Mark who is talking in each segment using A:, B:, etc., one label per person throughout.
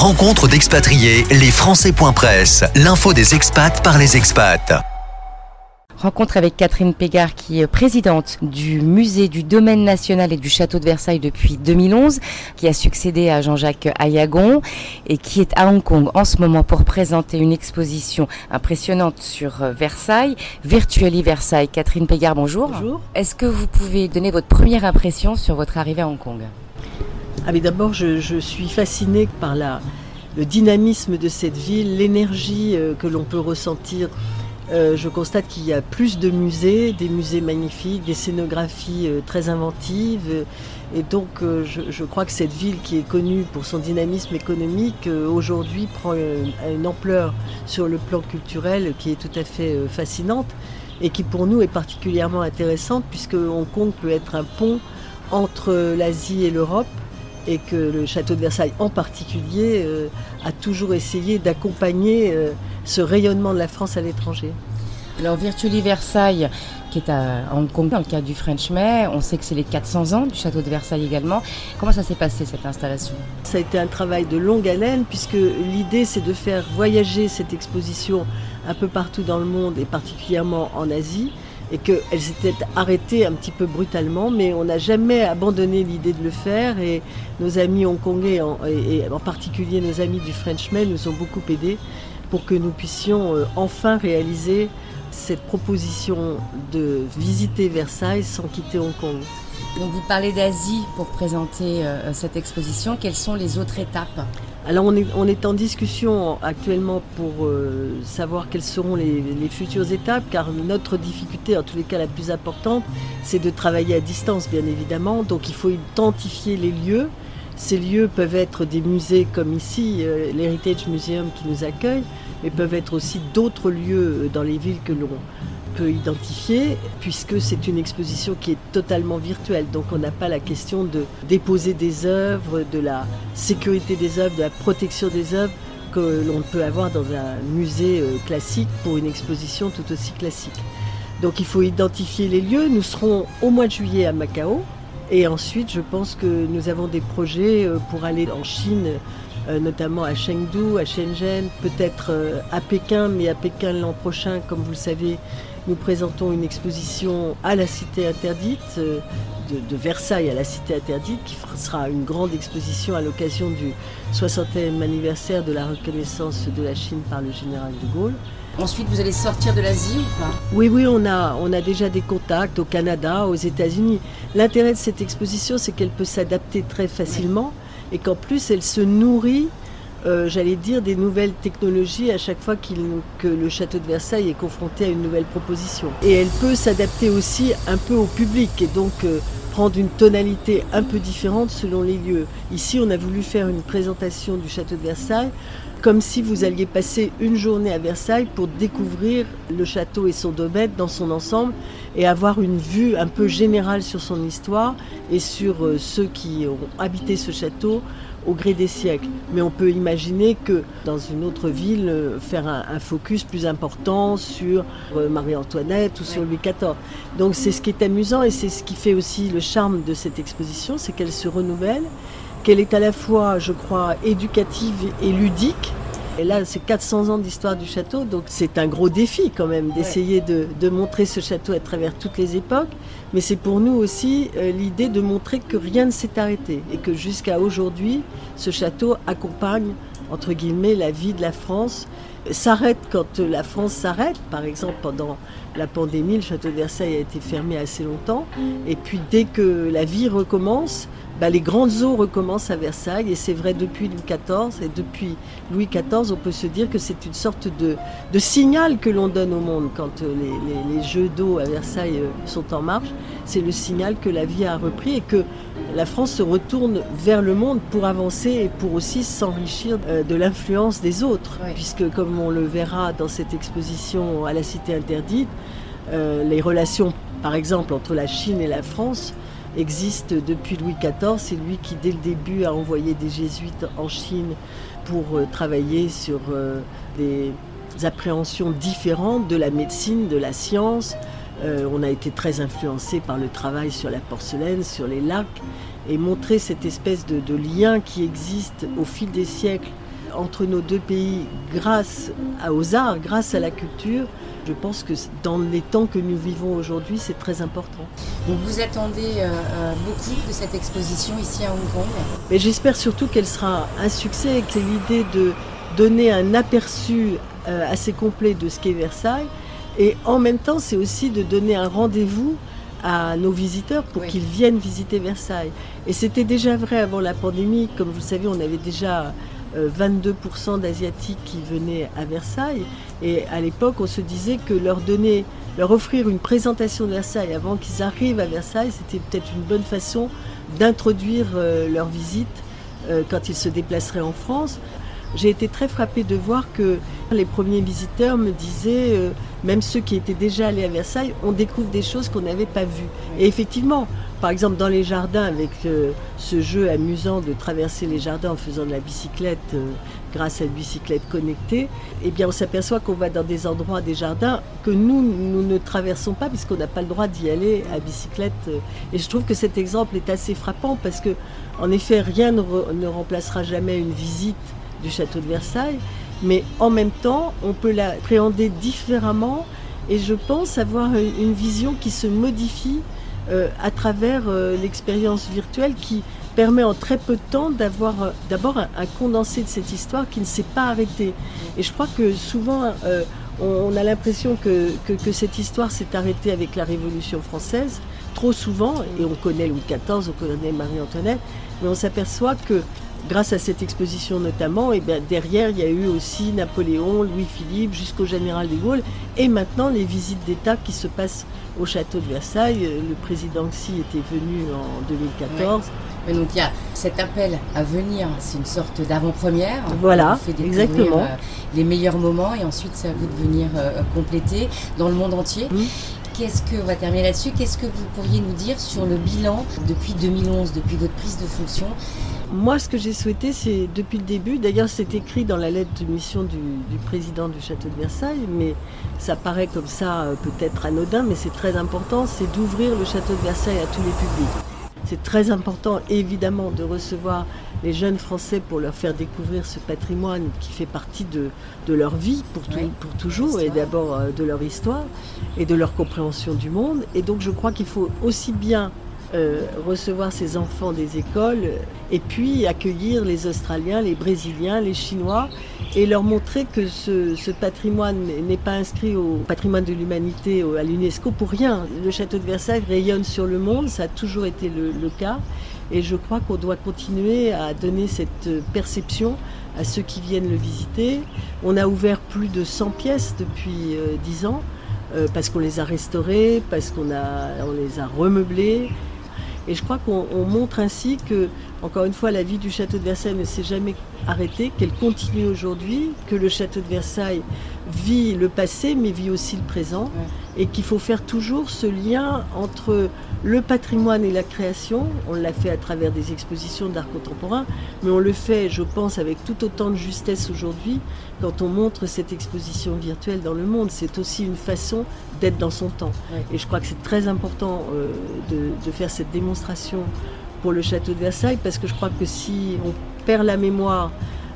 A: Rencontre d'expatriés, les Français.press, l'info des expats par les expats.
B: Rencontre avec Catherine Pégard qui est présidente du musée du domaine national et du château de Versailles depuis 2011, qui a succédé à Jean-Jacques Ayagon et qui est à Hong Kong en ce moment pour présenter une exposition impressionnante sur Versailles, Virtually Versailles. Catherine Pégard, bonjour.
C: Bonjour.
B: Est-ce que vous pouvez donner votre première impression sur votre arrivée à Hong Kong ?
C: Mais d'abord, je suis fascinée par le dynamisme de cette ville, l'énergie que l'on peut ressentir. Je constate qu'il y a plus de musées, des musées magnifiques, des scénographies très inventives. Et donc, je crois que cette ville qui est connue pour son dynamisme économique, aujourd'hui prend une ampleur sur le plan culturel qui est tout à fait fascinante et qui pour nous est particulièrement intéressante puisque Hong Kong peut être un pont entre l'Asie et l'Europe. Et que le château de Versailles en particulier a toujours essayé d'accompagner ce rayonnement de la France à l'étranger.
B: Alors Virtually Versailles, qui est à Hong Kong dans le cadre du French May, on sait que c'est les 400 ans du château de Versailles également. Comment ça s'est passé cette installation ?
C: Ça a été un travail de longue haleine puisque l'idée c'est de faire voyager cette exposition un peu partout dans le monde et particulièrement en Asie. Et qu'elle s'était arrêtée un petit peu brutalement, mais on n'a jamais abandonné l'idée de le faire. Et nos amis hongkongais, et en particulier nos amis du French May, nous ont beaucoup aidés pour que nous puissions enfin réaliser cette proposition de visiter Versailles sans quitter Hong Kong.
B: Donc vous parlez d'Asie pour présenter cette exposition. Quelles sont les autres étapes ?
C: Alors on est en discussion actuellement pour savoir quelles seront les futures étapes, car notre difficulté, en tous les cas la plus importante, c'est de travailler à distance bien évidemment. Donc il faut identifier les lieux. Ces lieux peuvent être des musées comme ici, l'Heritage Museum qui nous accueille, mais peuvent être aussi d'autres lieux dans les villes que l'on peut identifier, puisque c'est une exposition qui est totalement virtuelle. Donc on n'a pas la question de déposer des œuvres, de la sécurité des œuvres, de la protection des œuvres que l'on peut avoir dans un musée classique pour une exposition tout aussi classique. Donc il faut identifier les lieux. Nous serons au mois de juillet à Macao et ensuite je pense que nous avons des projets pour aller en Chine, notamment à Chengdu, à Shenzhen, peut-être à Pékin, mais à Pékin l'an prochain, comme vous le savez, nous présentons une exposition à la Cité Interdite, de Versailles à la Cité Interdite, qui sera une grande exposition à l'occasion du 60e anniversaire de la reconnaissance de la Chine par le général de Gaulle.
B: Ensuite, vous allez sortir de l'Asie ou pas ?
C: Oui, on a déjà des contacts au Canada, aux États-Unis. L'intérêt de cette exposition, c'est qu'elle peut s'adapter très facilement et qu'en plus, elle se nourrit des nouvelles technologies à chaque fois que le château de Versailles est confronté à une nouvelle proposition. Et elle peut s'adapter aussi un peu au public et donc prendre une tonalité un peu différente selon les lieux. Ici, on a voulu faire une présentation du château de Versailles comme si vous alliez passer une journée à Versailles pour découvrir le château et son domaine dans son ensemble et avoir une vue un peu générale sur son histoire et sur ceux qui ont habité ce château au gré des siècles. Mais on peut imaginer que dans une autre ville, faire un focus plus important sur Marie-Antoinette ou sur Louis XIV. Donc c'est ce qui est amusant et c'est ce qui fait aussi le charme de cette exposition, c'est qu'elle se renouvelle, qu'elle est à la fois, je crois, éducative et ludique. Et là, c'est 400 ans d'histoire du château, donc c'est un gros défi quand même d'essayer de montrer ce château à travers toutes les époques. Mais c'est pour nous aussi l'idée de montrer que rien ne s'est arrêté et que jusqu'à aujourd'hui, ce château accompagne, entre guillemets, la vie de la France. S'arrête quand la France s'arrête. Par exemple, pendant la pandémie, le château de Versailles a été fermé assez longtemps. Et puis dès que la vie recommence, les grandes eaux recommencent à Versailles. Et c'est vrai depuis Louis XIV. Et depuis Louis XIV, on peut se dire que c'est une sorte de signal que l'on donne au monde quand les jeux d'eau à Versailles sont en marche. C'est le signal que la vie a repris et que la France se retourne vers le monde pour avancer et pour aussi s'enrichir de l'influence des autres. Oui. Puisque comme on le verra dans cette exposition à la Cité Interdite, les relations par exemple entre la Chine et la France existent depuis Louis XIV. C'est lui qui dès le début a envoyé des jésuites en Chine pour travailler sur des appréhensions différentes de la médecine, de la science. On a été très influencé par le travail sur la porcelaine, sur les lacs, et montrer cette espèce de lien qui existe au fil des siècles entre nos deux pays grâce aux arts, grâce à la culture. Je pense que dans les temps que nous vivons aujourd'hui, c'est très important.
B: Donc vous attendez beaucoup de cette exposition ici à Hong Kong?
C: Mais j'espère surtout qu'elle sera un succès et que c'est l'idée de donner un aperçu assez complet de ce qu'est Versailles. Et en même temps, c'est aussi de donner un rendez-vous à nos visiteurs pour qu'ils viennent visiter Versailles. Et c'était déjà vrai avant la pandémie. Comme vous le savez, on avait déjà 22% d'Asiatiques qui venaient à Versailles. Et à l'époque, on se disait que leur offrir une présentation de Versailles avant qu'ils arrivent à Versailles, c'était peut-être une bonne façon d'introduire leur visite quand ils se déplaceraient en France. J'ai été très frappée de voir que les premiers visiteurs me disaient, même ceux qui étaient déjà allés à Versailles, on découvre des choses qu'on n'avait pas vues. Et effectivement, par exemple dans les jardins, avec ce jeu amusant de traverser les jardins en faisant de la bicyclette grâce à une bicyclette connectée, eh bien on s'aperçoit qu'on va dans des endroits, des jardins que nous ne traversons pas puisqu'on n'a pas le droit d'y aller à bicyclette. Et je trouve que cet exemple est assez frappant parce que, en effet, rien ne remplacera jamais une visite du château de Versailles, mais en même temps, on peut l'appréhender différemment et je pense avoir une vision qui se modifie à travers l'expérience virtuelle qui permet en très peu de temps d'avoir d'abord un condensé de cette histoire qui ne s'est pas arrêtée. Et je crois que souvent, on a l'impression que cette histoire s'est arrêtée avec la Révolution française, trop souvent, et on connaît Louis XIV, on connaît Marie-Antoinette, mais on s'aperçoit que grâce à cette exposition notamment, et bien derrière il y a eu aussi Napoléon, Louis-Philippe, jusqu'au général de Gaulle, et maintenant les visites d'État qui se passent au château de Versailles. Le président Xi était venu en 2014.
B: Oui. Donc il y a cet appel à venir, c'est une sorte d'avant-première.
C: Voilà,
B: on fait découvrir
C: exactement.
B: Les meilleurs moments et ensuite c'est à vous de venir compléter dans le monde entier. On va terminer là-dessus, qu'est-ce que vous pourriez nous dire sur le bilan depuis 2011, depuis votre prise de fonction?
C: Moi, ce que j'ai souhaité, c'est depuis le début, d'ailleurs c'est écrit dans la lettre de mission du président du château de Versailles, mais ça paraît comme ça peut-être anodin, mais c'est très important, c'est d'ouvrir le château de Versailles à tous les publics. C'est très important, évidemment, de recevoir les jeunes Français pour leur faire découvrir ce patrimoine qui fait partie de leur vie pour toujours, et d'abord de leur histoire et de leur compréhension du monde. Et donc je crois qu'il faut aussi bien recevoir ces enfants des écoles et puis accueillir les Australiens, les Brésiliens, les Chinois et leur montrer que ce patrimoine n'est pas inscrit au patrimoine de l'humanité, à l'UNESCO pour rien. Le château de Versailles rayonne sur le monde, ça a toujours été le cas et je crois qu'on doit continuer à donner cette perception à ceux qui viennent le visiter. On a ouvert plus de 100 pièces depuis 10 ans parce qu'on les a restaurées, parce qu'on les a remeublées. Et je crois qu'on montre ainsi que, encore une fois, la vie du château de Versailles ne s'est jamais arrêtée, qu'elle continue aujourd'hui, que le château de Versailles vit le passé, mais vit aussi le présent, et qu'il faut faire toujours ce lien entre le patrimoine et la création. On l'a fait à travers des expositions d'art contemporain, mais on le fait, je pense, avec tout autant de justesse aujourd'hui quand on montre cette exposition virtuelle dans le monde. C'est aussi une façon d'être dans son temps. Et je crois que c'est très important de faire cette démonstration pour le château de Versailles, parce que je crois que si on perd la mémoire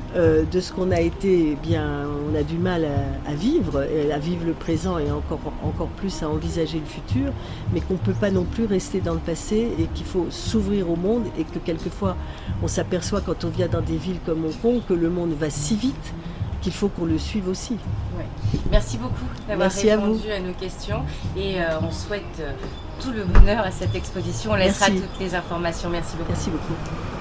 C: de ce qu'on a été, eh bien, on a du mal à vivre le présent et encore plus à envisager le futur, mais qu'on ne peut pas non plus rester dans le passé et qu'il faut s'ouvrir au monde et que quelquefois on s'aperçoit quand on vient dans des villes comme Hong Kong que le monde va si vite qu'il faut qu'on le suive aussi.
B: Merci beaucoup d'avoir répondu à nos questions et on souhaite tout le bonheur à cette exposition. On laissera toutes les informations. Merci beaucoup.
C: Merci beaucoup.